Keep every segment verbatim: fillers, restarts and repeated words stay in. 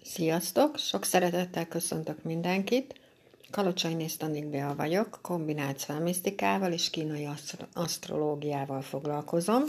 Sziasztok! Sok szeretettel köszöntök mindenkit. Kalocsai Néztanik Bea vagyok, kombinált szfemisztikával és kínai asztro- asztrológiával foglalkozom.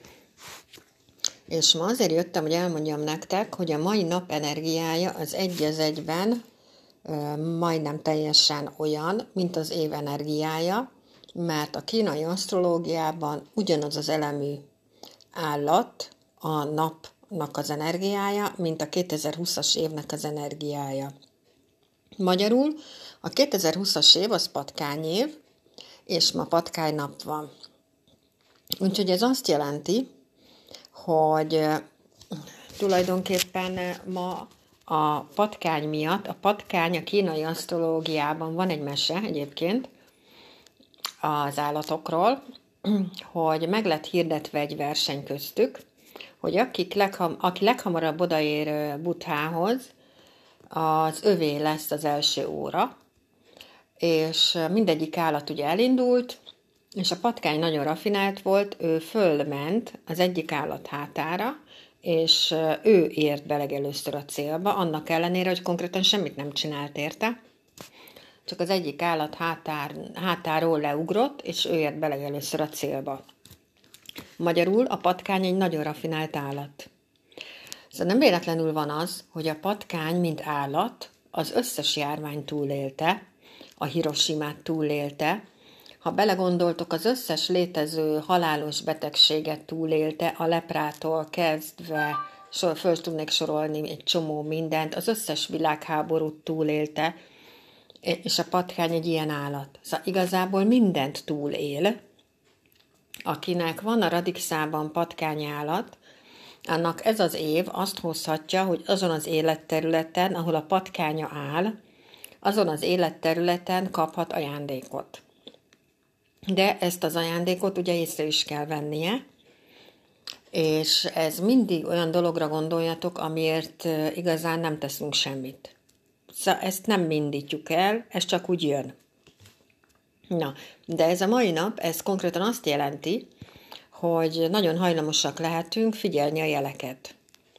És ma azért jöttem, hogy elmondjam nektek, hogy a mai nap energiája az egy az egyben ö, majdnem teljesen olyan, mint az év energiája, mert a kínai asztrológiában ugyanaz az elemű állat a napnak az energiája, mint a kétezer-húszas évnek az energiája. Magyarul a kétezer-húszas év az patkányév, és ma patkánynap van. Úgyhogy ez azt jelenti, hogy tulajdonképpen ma a patkány miatt, a patkány a kínai asztrológiában van egy mese egyébként az állatokról, hogy meg lett hirdetve egy verseny köztük, hogy akik legham, aki leghamarabb odaér Buthához, az övé lesz az első óra, és mindegyik állat ugye elindult, és a patkány nagyon rafinált volt, ő fölment az egyik állat hátára, és ő ért be legelőször a célba, annak ellenére, hogy konkrétan semmit nem csinált érte, csak az egyik állat hátár, hátáról leugrott, és ő ért be legelőször a célba. Magyarul a patkány egy nagyon rafinált állat. Szóval nem véletlenül van az, hogy a patkány, mint állat, az összes járványt túlélte, a Hiroshimát túlélte. Ha belegondoltok, az összes létező halálos betegséget túlélte, a leprától kezdve, sor, föl tudnék sorolni egy csomó mindent, az összes világháborút túlélte, és a patkány egy ilyen állat. Szóval igazából mindent túlél. Akinek van a Radixában patkányállat, annak ez az év azt hozhatja, hogy azon az életterületen, ahol a patkánya áll, azon az életterületen kaphat ajándékot. De ezt az ajándékot ugye észre is kell vennie, és ez mindig olyan dologra gondoljatok, amiért igazán nem teszünk semmit. Szóval ezt nem mindítjuk el, ez csak úgy jön. Na, de ez a mai nap, ez konkrétan azt jelenti, hogy nagyon hajlamosak lehetünk figyelni a jeleket.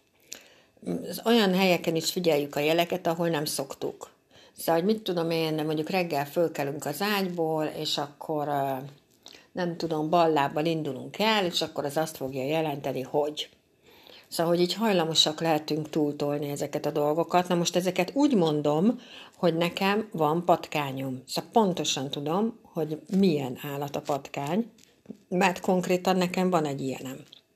Olyan helyeken is figyeljük a jeleket, ahol nem szoktuk. Szóval, hogy mit tudom én, mondjuk reggel fölkelünk az ágyból, és akkor nem tudom, bal lábbal indulunk el, és akkor az azt fogja jelenteni, hogy. Szóval, hogy így hajlamosak lehetünk túltolni ezeket a dolgokat. Na most ezeket úgy mondom, hogy nekem van patkányom. Szóval pontosan tudom, hogy milyen állat a patkány, mert konkrétan nekem van egy ilyenem.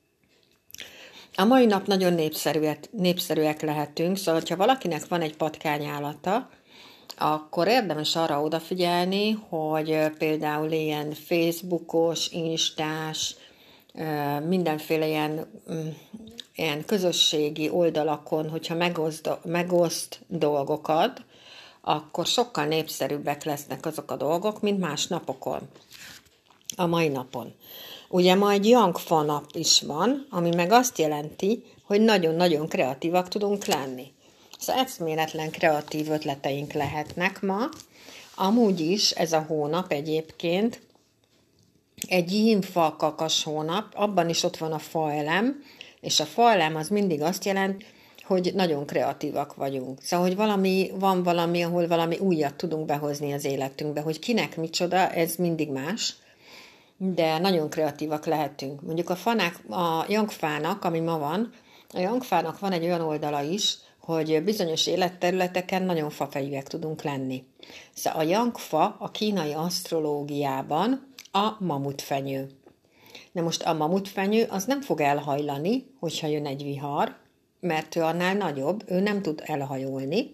A mai nap nagyon népszerűek, népszerűek lehetünk, szóval ha valakinek van egy patkányállata, akkor érdemes arra odafigyelni, hogy például ilyen Facebookos, Instás, mindenféle ilyen, ilyen közösségi oldalakon, hogyha megoszt, megoszt dolgokat, akkor sokkal népszerűbbek lesznek azok a dolgok, mint más napokon, a mai napon. Ugye ma egy Yang-fa nap is van, ami meg azt jelenti, hogy nagyon-nagyon kreatívak tudunk lenni. Szóval eszméletlen kreatív ötleteink lehetnek ma. Amúgy is ez a hónap egyébként egy yin-fa kakas hónap, abban is ott van a faelem, és a faelem az mindig azt jelent, hogy nagyon kreatívak vagyunk. Szóval, hogy valami, van valami, ahol valami újat tudunk behozni az életünkbe, hogy kinek micsoda, ez mindig más, de nagyon kreatívak lehetünk. Mondjuk a fanák, a Yang-fának, ami ma van, a Yang-fának van egy olyan oldala is, hogy bizonyos életterületeken nagyon fafejűek tudunk lenni. Szóval a Yang-fa a kínai asztrológiában a mamutfenyő. Na most a mamutfenyő az nem fog elhajlani, hogyha jön egy vihar, mert ő annál nagyobb, ő nem tud elhajolni.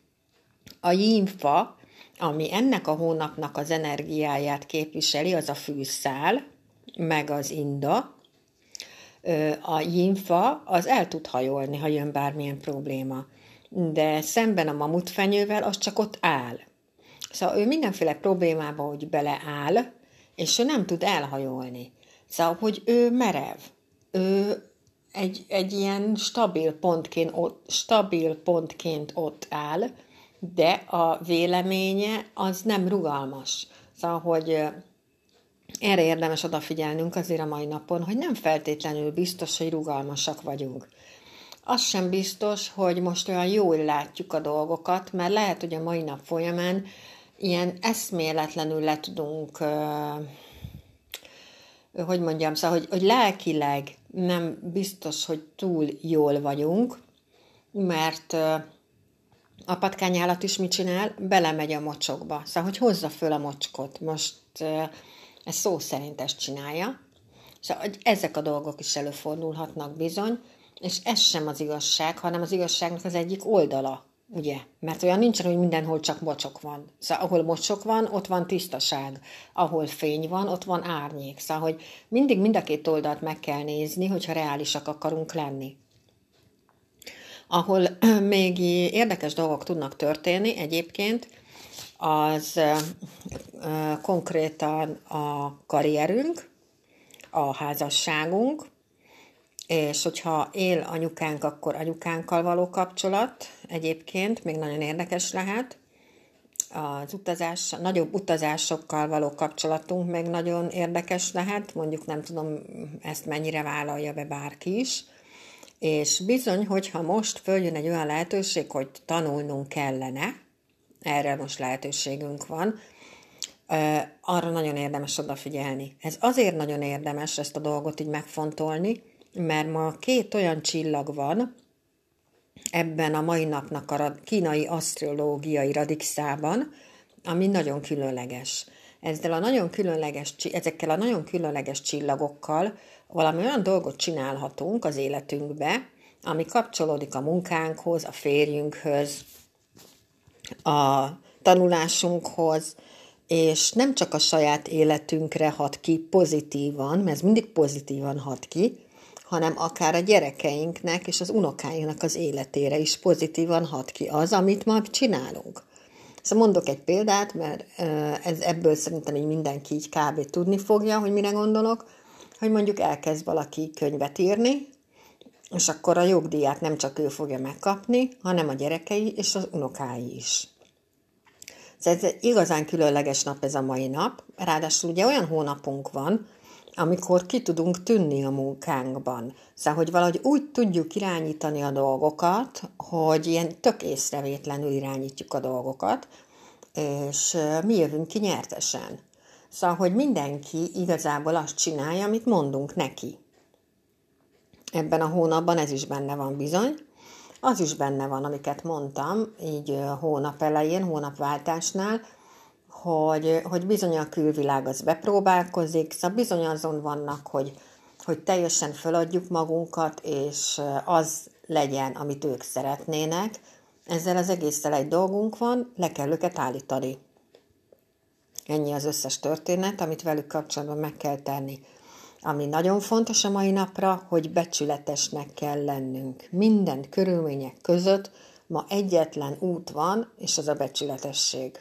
A yin-fa, ami ennek a hónapnak az energiáját képviseli, az a fűszál, meg az inda. A yin-fa az el tud hajolni, ha jön bármilyen probléma. De szemben a mamutfenyővel az csak ott áll. Szóval ő mindenféle problémába, hogy beleáll, és ő nem tud elhajolni. Szóval, hogy ő merev. Ő egy, egy ilyen stabil pontként, ott, stabil pontként ott áll, de a véleménye az nem rugalmas. Szóval, hogy erre érdemes odafigyelnünk azért a mai napon, hogy nem feltétlenül biztos, hogy rugalmasak vagyunk. az sem biztos, hogy most olyan jól látjuk a dolgokat, mert lehet, hogy a mai nap folyamán ilyen eszméletlenül le tudunk, hogy mondjam, szóval, hogy, hogy lelkileg nem biztos, hogy túl jól vagyunk, mert a patkányállat is mit csinál? Belemegy a mocsokba. Szóval, hogy hozza föl a mocskot. Most ez szó szerint ezt csinálja. Szóval, hogy ezek a dolgok is előfordulhatnak bizony, és ez sem az igazság, hanem az igazságnak az egyik oldala, ugye? Mert olyan nincsen, hogy mindenhol csak mocsok van. Szóval ahol mocsok van, ott van tisztaság. Ahol fény van, ott van árnyék. Szóval, hogy mindig mind a két oldalt meg kell nézni, hogyha reálisak akarunk lenni. Ahol még érdekes dolgok tudnak történni egyébként, az konkrétan a karrierünk, a házasságunk, és hogyha él anyukánk, akkor anyukánkkal való kapcsolat egyébként még nagyon érdekes lehet. Az utazás, nagyobb utazásokkal való kapcsolatunk még nagyon érdekes lehet, mondjuk nem tudom, ezt mennyire vállalja be bárki is. És bizony, hogyha most följön egy olyan lehetőség, hogy tanulnunk kellene, erre most lehetőségünk van, arra nagyon érdemes odafigyelni. Ez azért nagyon érdemes ezt a dolgot így megfontolni, mert ma két olyan csillag van ebben a mai napnak a kínai asztrológiai radixában, ami nagyon különleges. Ezzel a nagyon különleges, ezekkel a nagyon különleges csillagokkal valami olyan dolgot csinálhatunk az életünkbe, ami kapcsolódik a munkánkhoz, a férjünkhöz, a tanulásunkhoz, és nem csak a saját életünkre hat ki pozitívan, mert ez mindig pozitívan hat ki, hanem akár a gyerekeinknek és az unokáinknak az életére is pozitívan hat ki az, amit ma csinálunk. Szóval mondok egy példát, mert ez, ebből szerintem így mindenki így kb. Tudni fogja, hogy mire gondolok, hogy mondjuk elkezd valaki könyvet írni, és akkor a jogdíját nem csak ő fogja megkapni, hanem a gyerekei és az unokái is. Ez egy igazán különleges nap ez a mai nap, ráadásul ugye olyan hónapunk van, amikor ki tudunk tűnni a munkánkban. Szóval, hogy valahogy úgy tudjuk irányítani a dolgokat, hogy ilyen tök észrevétlenül irányítjuk a dolgokat, és mi jövünk ki nyertesen. Szóval, hogy mindenki igazából azt csinálja, amit mondunk neki. Ebben a hónapban ez is benne van bizony. Az is benne van, amiket mondtam, így hónap elején, hónapváltásnál, hogy, hogy bizony a külvilág az bepróbálkozik, szóval bizony azon vannak, hogy, hogy teljesen feladjuk magunkat, és az legyen, amit ők szeretnének. Ezzel az egésszel egy dolgunk van, le kell őket állítani. Ennyi az összes történet, amit velük kapcsolatban meg kell tenni. Ami nagyon fontos a mai napra, hogy becsületesnek kell lennünk. Minden körülmények között ma egyetlen út van, és az a becsületesség.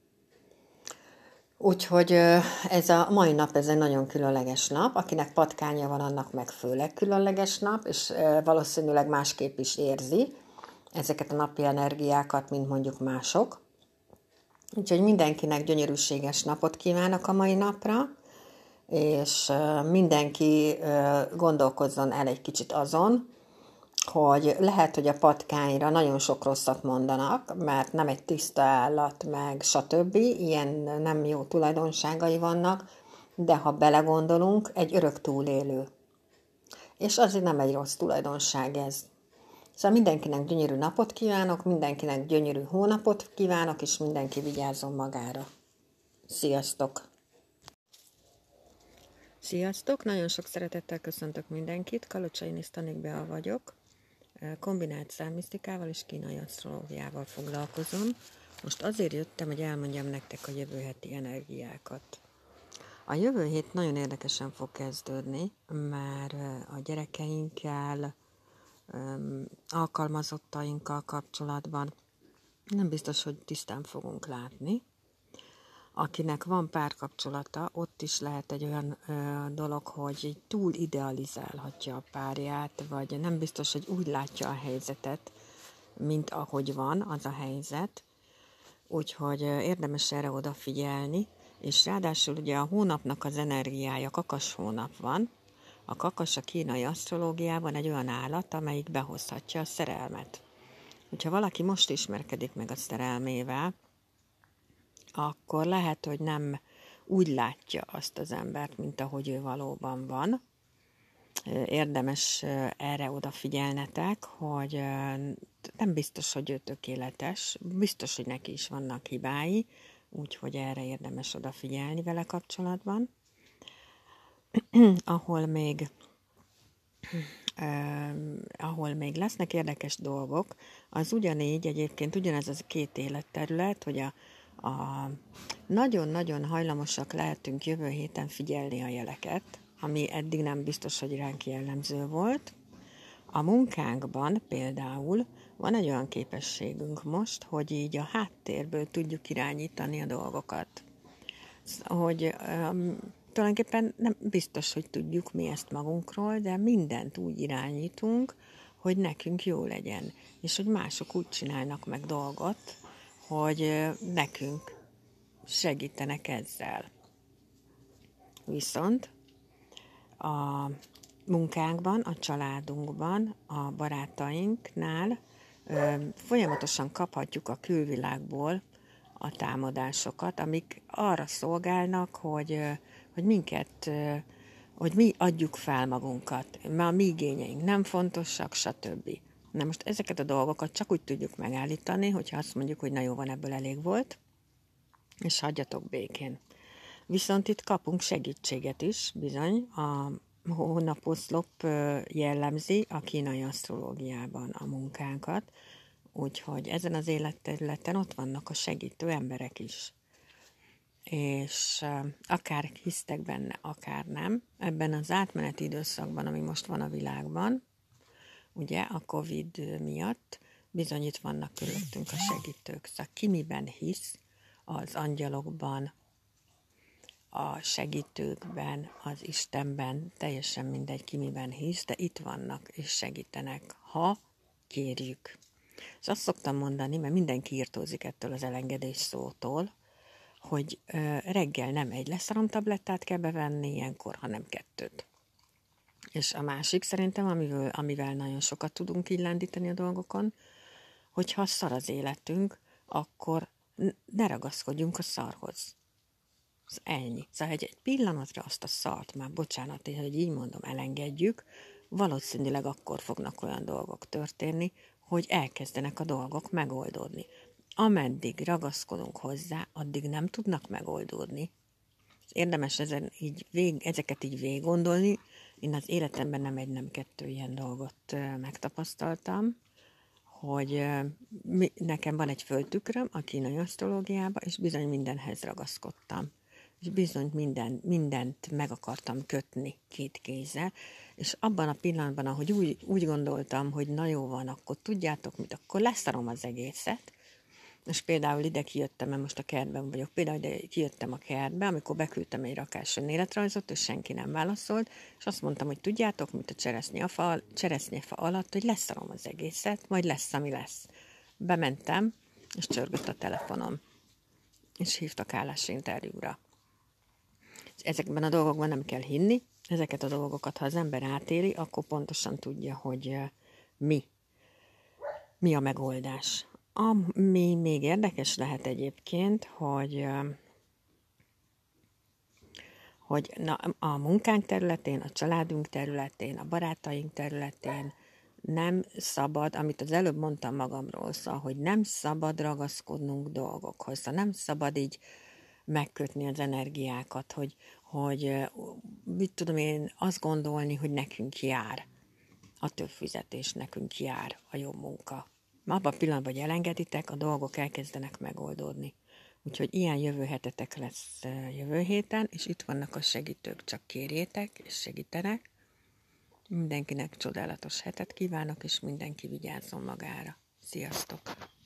Úgyhogy ez a mai nap, ez egy nagyon különleges nap. Akinek patkánya van, annak meg főleg különleges nap, és valószínűleg másképp is érzi ezeket a napi energiákat, mint mondjuk mások. Úgyhogy mindenkinek gyönyörűséges napot kívánok a mai napra, és mindenki gondolkozzon el egy kicsit azon, hogy lehet, hogy a patkányra nagyon sok rosszat mondanak, mert nem egy tiszta állat, meg stb. Ilyen nem jó tulajdonságai vannak, de ha belegondolunk, egy örök túlélő. És azért nem egy rossz tulajdonság ez. Szóval mindenkinek gyönyörű napot kívánok, mindenkinek gyönyörű hónapot kívánok, és mindenki vigyázzon magára. Sziasztok! Sziasztok! Nagyon sok szeretettel köszöntök mindenkit. Kalocsai Nisztanik Bea vagyok. Kombinált számmisztikával és kínai asztrológiával foglalkozom. Most azért jöttem, hogy elmondjam nektek a jövő heti energiákat. A jövő hét nagyon érdekesen fog kezdődni, mert a gyerekeinkkel, alkalmazottainkkal kapcsolatban nem biztos, hogy tisztán fogunk látni. Akinek van párkapcsolata, ott is lehet egy olyan ö, dolog, hogy túl idealizálhatja a párját, vagy nem biztos, hogy úgy látja a helyzetet, mint ahogy van az a helyzet. Úgyhogy ö, érdemes erre odafigyelni, és ráadásul ugye a hónapnak az energiája, kakas hónap van, A kakas a kínai asztrológiában egy olyan állat, amelyik behozhatja a szerelmet. Hogyha valaki most ismerkedik meg a szerelmével, akkor lehet, hogy nem úgy látja azt az embert, mint ahogy ő valóban van. Érdemes erre odafigyelnetek, hogy nem biztos, hogy ő tökéletes, biztos, hogy neki is vannak hibái, úgyhogy erre érdemes odafigyelni vele kapcsolatban. ahol még Uh, ahol még lesznek érdekes dolgok, az ugyanígy egyébként ugyanez az két életterület, hogy a, a nagyon-nagyon hajlamosak lehetünk jövő héten figyelni a jeleket, ami eddig nem biztos, hogy ránk jellemző volt. A munkánkban például van egy olyan képességünk most, hogy így a háttérből tudjuk irányítani a dolgokat. Hogy um, tulajdonképpen nem biztos, hogy tudjuk mi ezt magunkról, de mindent úgy irányítunk, hogy nekünk jó legyen. És hogy mások úgy csinálnak meg dolgot, hogy nekünk segítenek ezzel. Viszont a munkánkban, a családunkban, a barátainknál folyamatosan kaphatjuk a külvilágból a támadásokat, amik arra szolgálnak, hogy, hogy minket, hogy mi adjuk fel magunkat, mert a mi igényeink nem fontosak, stb. Na most ezeket a dolgokat csak úgy tudjuk megállítani, hogyha azt mondjuk, hogy na jó, van, ebből elég volt, és hagyjatok békén. Viszont itt kapunk segítséget is, bizony, a hónaposzlop jellemzi a kínai asztrológiában a munkánkat, úgyhogy ezen az életterületen ott vannak a segítő emberek is. És akár hisztek benne, akár nem, ebben az átmeneti időszakban, ami most van a világban, ugye a Covid miatt, bizony itt vannak körülöttünk a segítők. Szóval ki miben hisz, az angyalokban, a segítőkben, az Istenben, teljesen mindegy, ki miben hisz, de itt vannak és segítenek, ha kérjük. És azt szoktam mondani, mert mindenki írtózik ettől az elengedés szótól, hogy ö, reggel nem egy leszaromtablettát kell bevenni ilyenkor, hanem kettőt. És a másik szerintem, amivel, amivel nagyon sokat tudunk így lendíteni a dolgokon, hogyha szar az életünk, akkor ne ragaszkodjunk a szarhoz. Ez ennyi. Szóval, hogy egy pillanatra azt a szart, már bocsánat, hogy így mondom, elengedjük, valószínűleg akkor fognak olyan dolgok történni, hogy elkezdenek a dolgok megoldódni. Ameddig ragaszkodunk hozzá, addig nem tudnak megoldódni. Érdemes ezen így vég, ezeket így végig gondolni. Én az életemben nem egy, nem kettő ilyen dolgot megtapasztaltam, hogy mi, nekem van egy földtükröm a kínai asztrológiában, és bizony mindenhez ragaszkodtam. És bizony minden, mindent meg akartam kötni két kézzel, és abban a pillanatban, ahogy úgy, úgy gondoltam, hogy na jó van, akkor tudjátok mit, akkor leszarom az egészet, és például ide kijöttem, mert most a kertben vagyok, például ide kijöttem a kertbe, amikor beküldtem egy rakás önéletrajzot, és senki nem válaszolt, és azt mondtam, hogy tudjátok, mint a cseresznyefa, cseresznyefa alatt, hogy leszarom az egészet, majd lesz, ami lesz. Bementem, és csörgött a telefonom, és hívtak állásinterjúra. Ezekben a dolgokban nem kell hinni, ezeket a dolgokat, ha az ember átéli, akkor pontosan tudja, hogy mi, mi a megoldás. Ami még érdekes lehet egyébként, hogy, hogy na, a munkánk területén, a családunk területén, a barátaink területén nem szabad, amit az előbb mondtam magamról, szóval, hogy nem szabad ragaszkodnunk dolgokhoz, szóval nem szabad így megkötni az energiákat, hogy, hogy mit tudom én, azt gondolni, hogy nekünk jár a több fizetés, nekünk jár a jobb munka. Abban a pillanatban, hogy elengeditek, a dolgok elkezdenek megoldódni. Úgyhogy ilyen jövő hetetek lesz jövő héten, és itt vannak a segítők, csak kérjétek, és segítenek. Mindenkinek csodálatos hetet kívánok, és mindenki vigyázzon magára. Sziasztok!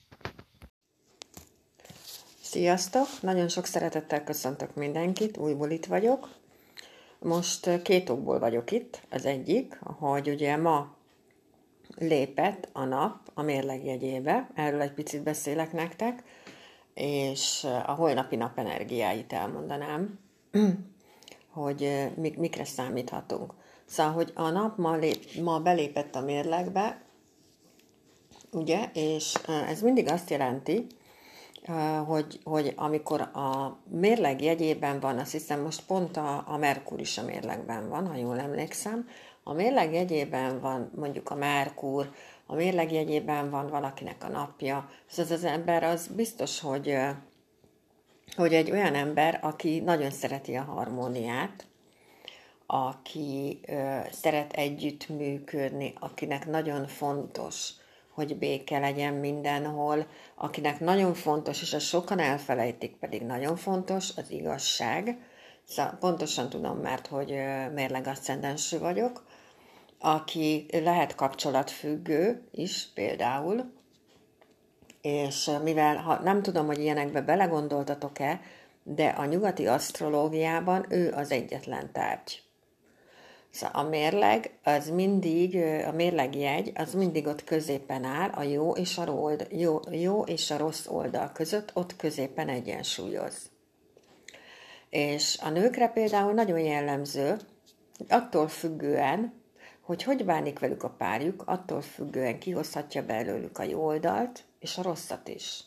Sziasztok! Nagyon sok szeretettel köszöntök mindenkit, újból itt vagyok. Most két okból vagyok itt. Az egyik, hogy ugye ma lépett a nap a mérleg jegyébe, erről egy picit beszélek nektek, és a holnapi nap energiáit elmondanám, hogy mik, mikre számíthatunk. Szóval, hogy a nap ma, lép, ma belépett a mérlegbe, ugye, és ez mindig azt jelenti, hogy, hogy amikor a mérleg jegyében van, azt hiszem most pont a, a Merkur is a mérlegben van, ha jól emlékszem, a mérleg jegyében van mondjuk a Merkur, a mérleg jegyében van valakinek a napja, szóval az ember az biztos, hogy, hogy egy olyan ember, aki nagyon szereti a harmóniát, aki ö, szeret együttműködni, akinek nagyon fontos, hogy béke legyen mindenhol, akinek nagyon fontos, és azt sokan elfelejtik, pedig nagyon fontos, az igazság. Szóval pontosan tudom, mert hogy ö, mérleg aszcendensű vagyok, aki lehet kapcsolatfüggő is például, és mivel ha, nem tudom, hogy ilyenekbe belegondoltatok-e, de a nyugati asztrológiában ő az egyetlen tárgy. Szóval a mérleg, az mindig, a mérlegjegy, az mindig ott középen áll, a jó és a, old, jó, jó és a rossz oldal között, ott középen egyensúlyoz. És a nőkre például nagyon jellemző, attól függően, hogy hogy bánik velük a párjuk, attól függően kihozhatja belőlük a jó oldalt, és a rosszat is.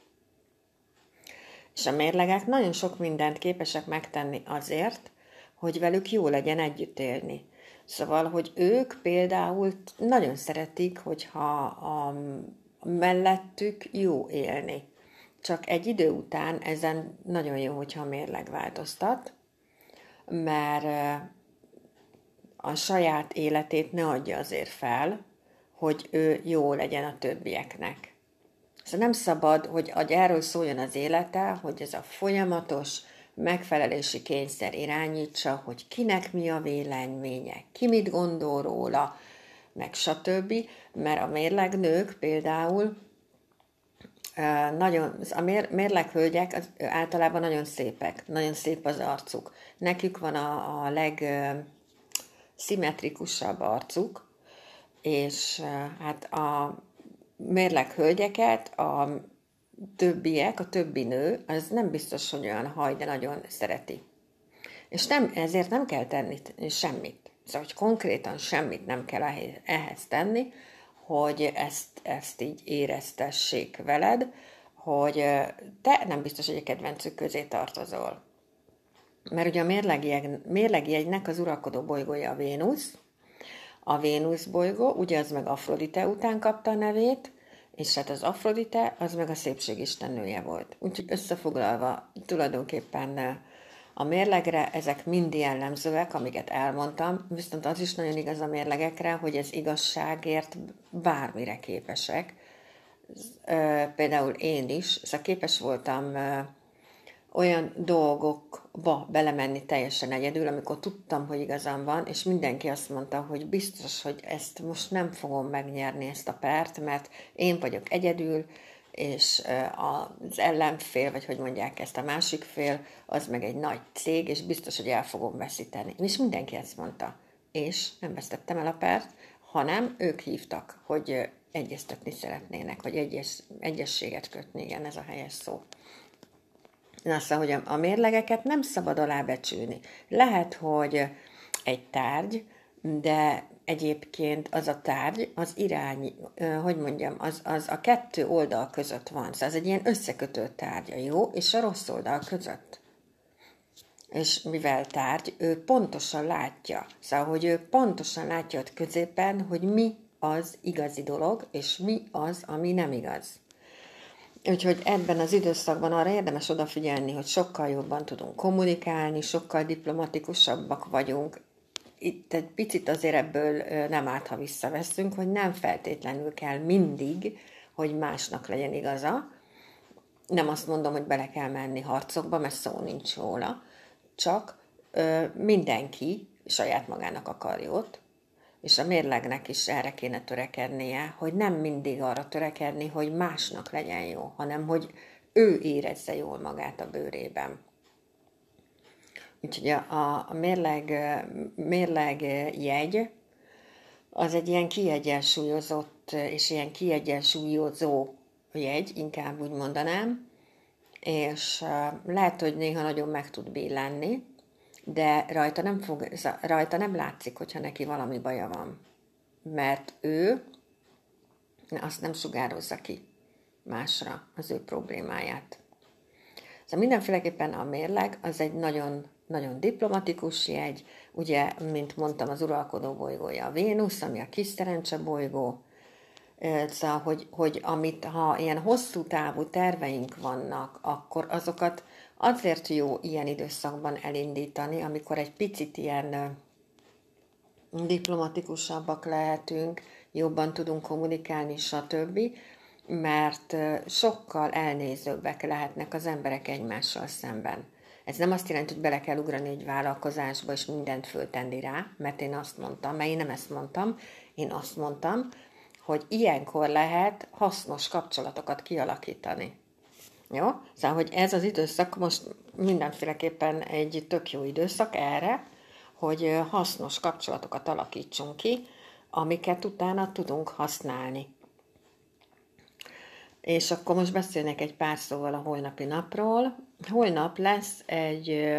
És a mérlegek nagyon sok mindent képesek megtenni azért, hogy velük jó legyen együtt élni. Szóval, hogy ők például nagyon szeretik, hogyha a mellettük jó élni. Csak egy idő után ezen nagyon jó, hogyha a mérleg változtat, mert a saját életét ne adja azért fel, hogy ő jó legyen a többieknek. Szóval nem szabad, hogy erről szóljon az élete, hogy ez a folyamatos megfelelési kényszer irányítsa, hogy kinek mi a véleménye, ki mit gondol róla, meg stb. Mert a mérlegnők például nagyon, a mér, mérleghölgyek az általában nagyon szépek, nagyon szép az arcuk. Nekük van a, a legszimmetrikusabb arcuk, és hát a mérleghölgyeket a többiek, a többi nő, az nem biztos, hogy olyan haj, de nagyon szereti. És nem, ezért nem kell tenni semmit. Szóval, hogy konkrétan semmit nem kell ehhez tenni, hogy ezt, ezt így éreztessék veled, hogy te nem biztos, hogy a kedvencük közé tartozol. Mert ugye a mérlegjegy, mérlegjegynek az uralkodó bolygója a Vénusz, a Vénusz bolygó, ugye az meg Afrodite után kapta a nevét, és hát az Afrodite, az meg a szépségistennője volt. Úgyhogy összefoglalva tulajdonképpen a mérlegre ezek mind jellemzőek, amiket elmondtam, viszont az is nagyon igaz a mérlegekre, hogy ez igazságért bármire képesek. Például én is, szóval képes voltam olyan dolgokba belemenni teljesen egyedül, amikor tudtam, hogy igazam van, és mindenki azt mondta, hogy biztos, hogy ezt most nem fogom megnyerni, ezt a pert, mert én vagyok egyedül, és az ellenfél, vagy hogy mondják ezt, a másik fél, az meg egy nagy cég, és biztos, hogy el fogom veszíteni. És mindenki ezt mondta. És nem vesztettem el a pert, hanem ők hívtak, hogy egyeztetni szeretnének, vagy egyes, egyességet kötni, igen, ez a helyes szó. Azt, hogy a mérlegeket nem szabad alábecsülni. Lehet, hogy egy tárgy, de egyébként az a tárgy, az irány, hogy mondjam, az, az a kettő oldal között van. Szóval ez egy ilyen összekötő tárgy, a jó és a rossz oldal között. És mivel tárgy, ő pontosan látja. Szóval, hogy ő pontosan látja ott középen, hogy mi az igazi dolog, és mi az, ami nem igaz. Úgyhogy ebben az időszakban arra érdemes odafigyelni, hogy sokkal jobban tudunk kommunikálni, sokkal diplomatikusabbak vagyunk. Itt egy picit azért ebből nem árt, ha visszaveszünk, hogy nem feltétlenül kell mindig, hogy másnak legyen igaza. Nem azt mondom, hogy bele kell menni harcokba, mert szó nincs róla, csak ö, mindenki saját magának akar jót, és a mérlegnek is erre kéne törekednie, hogy nem mindig arra törekedni, hogy másnak legyen jó, hanem hogy ő érezze jól magát a bőrében. Úgyhogy a, a mérleg, mérleg jegy az egy ilyen kiegyensúlyozott és ilyen kiegyensúlyozó jegy, inkább úgy mondanám, és lehet, hogy néha nagyon meg tud billenni, de rajta nem, fog, rajta nem látszik, hogyha neki valami baja van. Mert ő azt nem sugározza ki másra az ő problémáját. Szóval mindenféleképpen a mérleg az egy nagyon, nagyon diplomatikus jegy, ugye, mint mondtam, az uralkodó bolygója a Vénusz, ami a kis szerencse bolygó, szóval, hogy, hogy amit, ha ilyen hosszú távú terveink vannak, akkor azokat azért jó ilyen időszakban elindítani, amikor egy picit ilyen diplomatikusabbak lehetünk, jobban tudunk kommunikálni, stb., mert sokkal elnézőbbek lehetnek az emberek egymással szemben. Ez nem azt jelenti, hogy bele kell ugrani egy vállalkozásba, és mindent föltenni rá, mert én azt mondtam, mert én nem ezt mondtam, én azt mondtam, hogy ilyenkor lehet hasznos kapcsolatokat kialakítani. Jó? Szóval, hogy ez az időszak most mindenféleképpen egy tök jó időszak erre, hogy hasznos kapcsolatokat alakítsunk ki, amiket utána tudunk használni. És akkor most beszélnek egy pár szóval a holnapi napról. Holnap lesz egy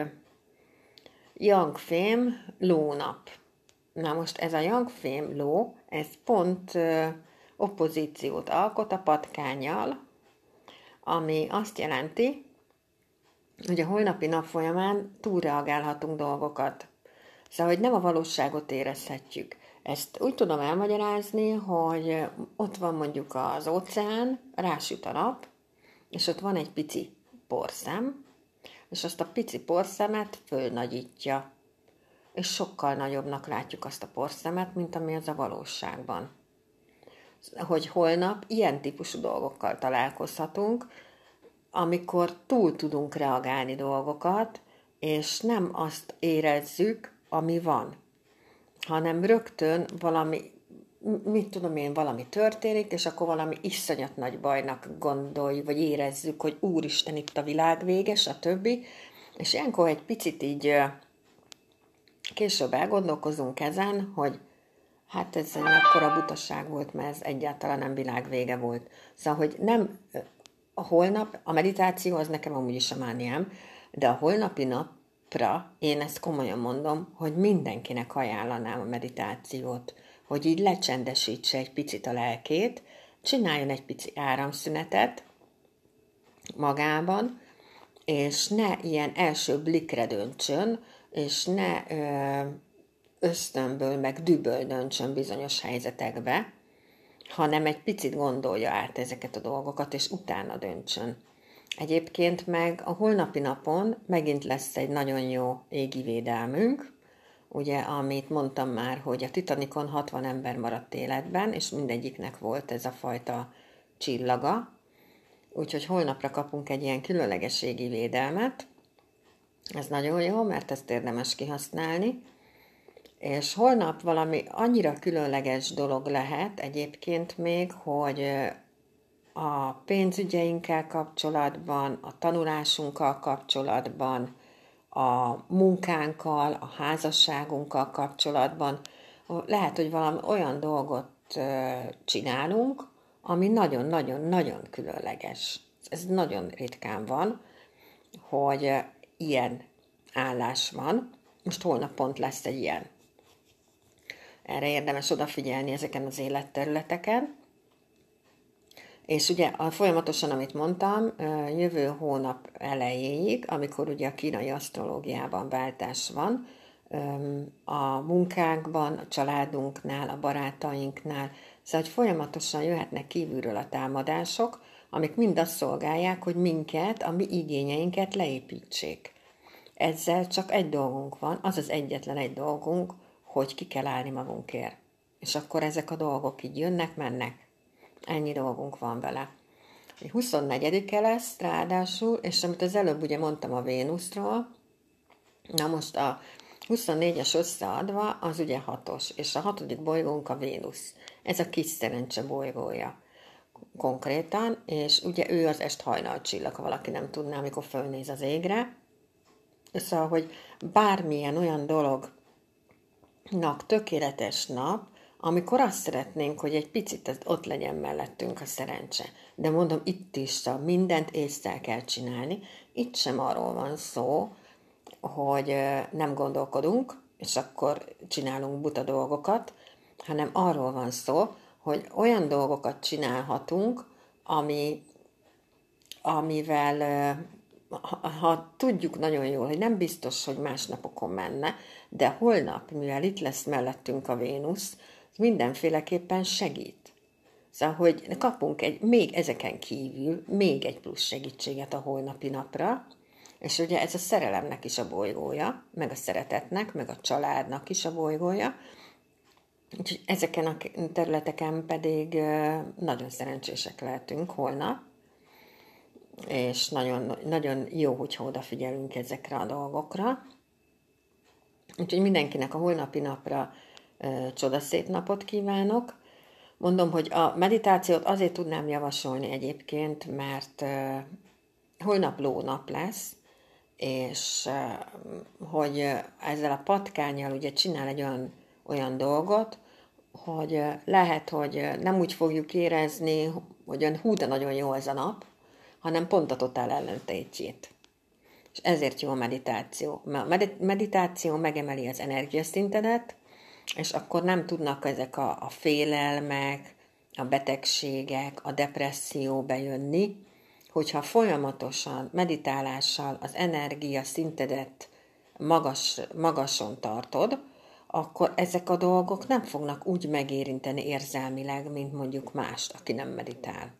Young Fame lónap. Na most ez a Young Fame ló, ez pont oppozíciót alkot a patkánnyal, ami azt jelenti, hogy a holnapi nap folyamán túlreagálhatunk dolgokat. Szóval, hogy nem a valóságot érezhetjük. Ezt úgy tudom elmagyarázni, hogy ott van mondjuk az óceán, rásüt a nap, és ott van egy pici porszem, és azt a pici porszemet fölnagyítja. És sokkal nagyobbnak látjuk azt a porszemet, mint ami az a valóságban. Hogy holnap ilyen típusú dolgokkal találkozhatunk, amikor túl tudunk reagálni dolgokat, és nem azt érezzük, ami van, hanem rögtön valami, mit tudom én, valami történik, és akkor valami iszonyat nagy bajnak gondolj, vagy érezzük, hogy úristen, itt a világ vége, stb. És ilyenkor egy picit így később elgondolkozunk ezen, hogy hát ez egy akkora butaság volt, mert ez egyáltalán nem világvége volt. Szóval, hogy nem a holnap, a meditáció az nekem amúgy is a mániám, de a holnapi napra én ezt komolyan mondom, hogy mindenkinek ajánlanám a meditációt, hogy így lecsendesítse egy picit a lelkét, csináljon egy pici áramszünetet magában, és ne ilyen első blikre döntsön, és ne ö, ösztönből, meg düböl döntsön bizonyos helyzetekbe, hanem egy picit gondolja át ezeket a dolgokat, és utána döntsön. Egyébként meg a holnapi napon megint lesz egy nagyon jó égi védelmünk, ugye, amit mondtam már, hogy a Titanicon hatvan ember maradt életben, és mindegyiknek volt ez a fajta csillaga, úgyhogy holnapra kapunk egy ilyen különleges égi védelmet. Ez nagyon jó, mert ezt érdemes kihasználni. És holnap valami annyira különleges dolog lehet egyébként még, hogy a pénzügyeinkkel kapcsolatban, a tanulásunkkal kapcsolatban, a munkánkkal, a házasságunkkal kapcsolatban lehet, hogy valami olyan dolgot csinálunk, ami nagyon-nagyon-nagyon különleges. Ez nagyon ritkán van, hogy ilyen állás van. Most holnap pont lesz egy ilyen. Erre érdemes odafigyelni ezeken az életterületeken. És ugye folyamatosan, amit mondtam, jövő hónap elejéig, amikor ugye a kínai asztrológiában váltás van, a munkánkban, a családunknál, a barátainknál, szóval hogy folyamatosan jöhetnek kívülről a támadások, amik mind azt szolgálják, hogy minket, a mi igényeinket leépítsék. Ezzel csak egy dolgunk van, az az egyetlen egy dolgunk, hogy ki kell állni magunkért. És akkor ezek a dolgok így jönnek, mennek. Ennyi dolgunk van vele. huszonnegyedike lesz ráadásul, és amit az előbb ugye mondtam a Vénuszról, na most a huszonnégyes összeadva az ugye hatos, és a hatodik bolygónk a Vénusz. Ez a kis szerencse bolygója konkrétan, és ugye ő az est-hajnal csillag, ha valaki nem tudná, amikor fölnéz az égre. Szóval, hogy bármilyen olyan dolognak tökéletes nap, amikor azt szeretnénk, hogy egy picit ott legyen mellettünk a szerencse. De mondom, itt is szóval mindent észre kell csinálni. Itt sem arról van szó, hogy nem gondolkodunk, és akkor csinálunk buta dolgokat, hanem arról van szó, hogy olyan dolgokat csinálhatunk, ami, amivel, ha, ha tudjuk nagyon jól, hogy nem biztos, hogy más napokon menne, de holnap, mivel itt lesz mellettünk a Vénusz, mindenféleképpen segít. Szóval, hogy kapunk egy, még ezeken kívül még egy plusz segítséget a holnapi napra, és ugye ez a szerelemnek is a bolygója, meg a szeretetnek, meg a családnak is a bolygója, úgyhogy ezeken a területeken pedig nagyon szerencsések lehetünk holnap, és nagyon, nagyon jó, hogyha odafigyelünk ezekre a dolgokra. Úgyhogy mindenkinek a holnapi napra csodaszép napot kívánok. Mondom, hogy a meditációt azért tudnám javasolni egyébként, mert holnap lónap lesz, és hogy ezzel a patkánnyal ugye csinál egy olyan, olyan dolgot, hogy lehet, hogy nem úgy fogjuk érezni, hogy olyan hú, de nagyon jó ez a nap, hanem pont a totál ellentétjét. És ezért jó a meditáció. A meditáció megemeli az energiaszintedet, és akkor nem tudnak ezek a, a félelmek, a betegségek, a depresszió bejönni, hogyha folyamatosan meditálással az energia szintedet magas, magason tartod, akkor ezek a dolgok nem fognak úgy megérinteni érzelmileg, mint mondjuk mást, aki nem meditál.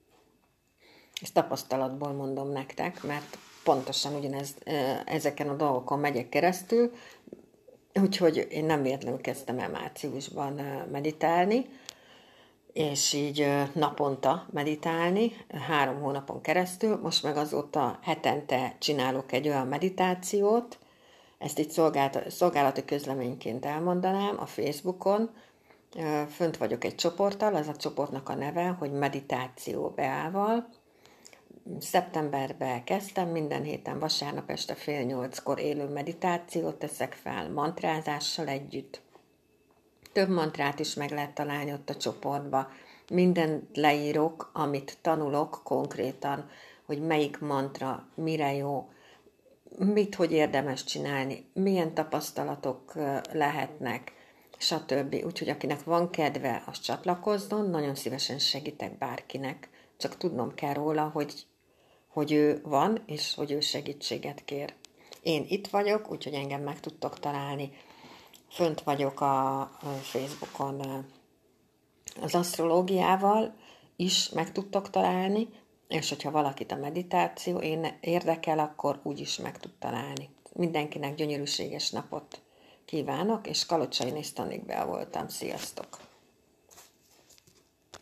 Ezt tapasztalatból mondom nektek, mert pontosan ugyanez, ezeken a dolgokon megyek keresztül, úgyhogy én nem véletlenül kezdtem el márciusban meditálni, és így naponta meditálni, három hónapon keresztül. Most meg azóta hetente csinálok egy olyan meditációt, ezt így szolgálati közleményként elmondanám a Facebookon. Fönt vagyok egy csoporttal, az a csoportnak a neve, hogy Meditáció Beával. Szeptemberben kezdtem, minden héten vasárnap este fél nyolckor élő meditációt teszek fel mantrázással együtt. Több mantrát is meg lehet találni ott a csoportba. Mindent leírok, amit tanulok konkrétan, hogy melyik mantra mire jó, mit, hogy érdemes csinálni, milyen tapasztalatok lehetnek, stb. Úgyhogy akinek van kedve, az csatlakozzon, nagyon szívesen segítek bárkinek, csak tudnom kell róla, hogy, hogy ő van, és hogy ő segítséget kér. Én itt vagyok, úgyhogy engem meg tudtok találni. Fönt vagyok a Facebookon az asztrológiával is meg tudtok találni, és hogyha valakit a meditáció érdekel, akkor úgy is meg tud találni. Mindenkinek gyönyörűséges napot kívánok, és Kalocsai Néztanikben voltam. Sziasztok!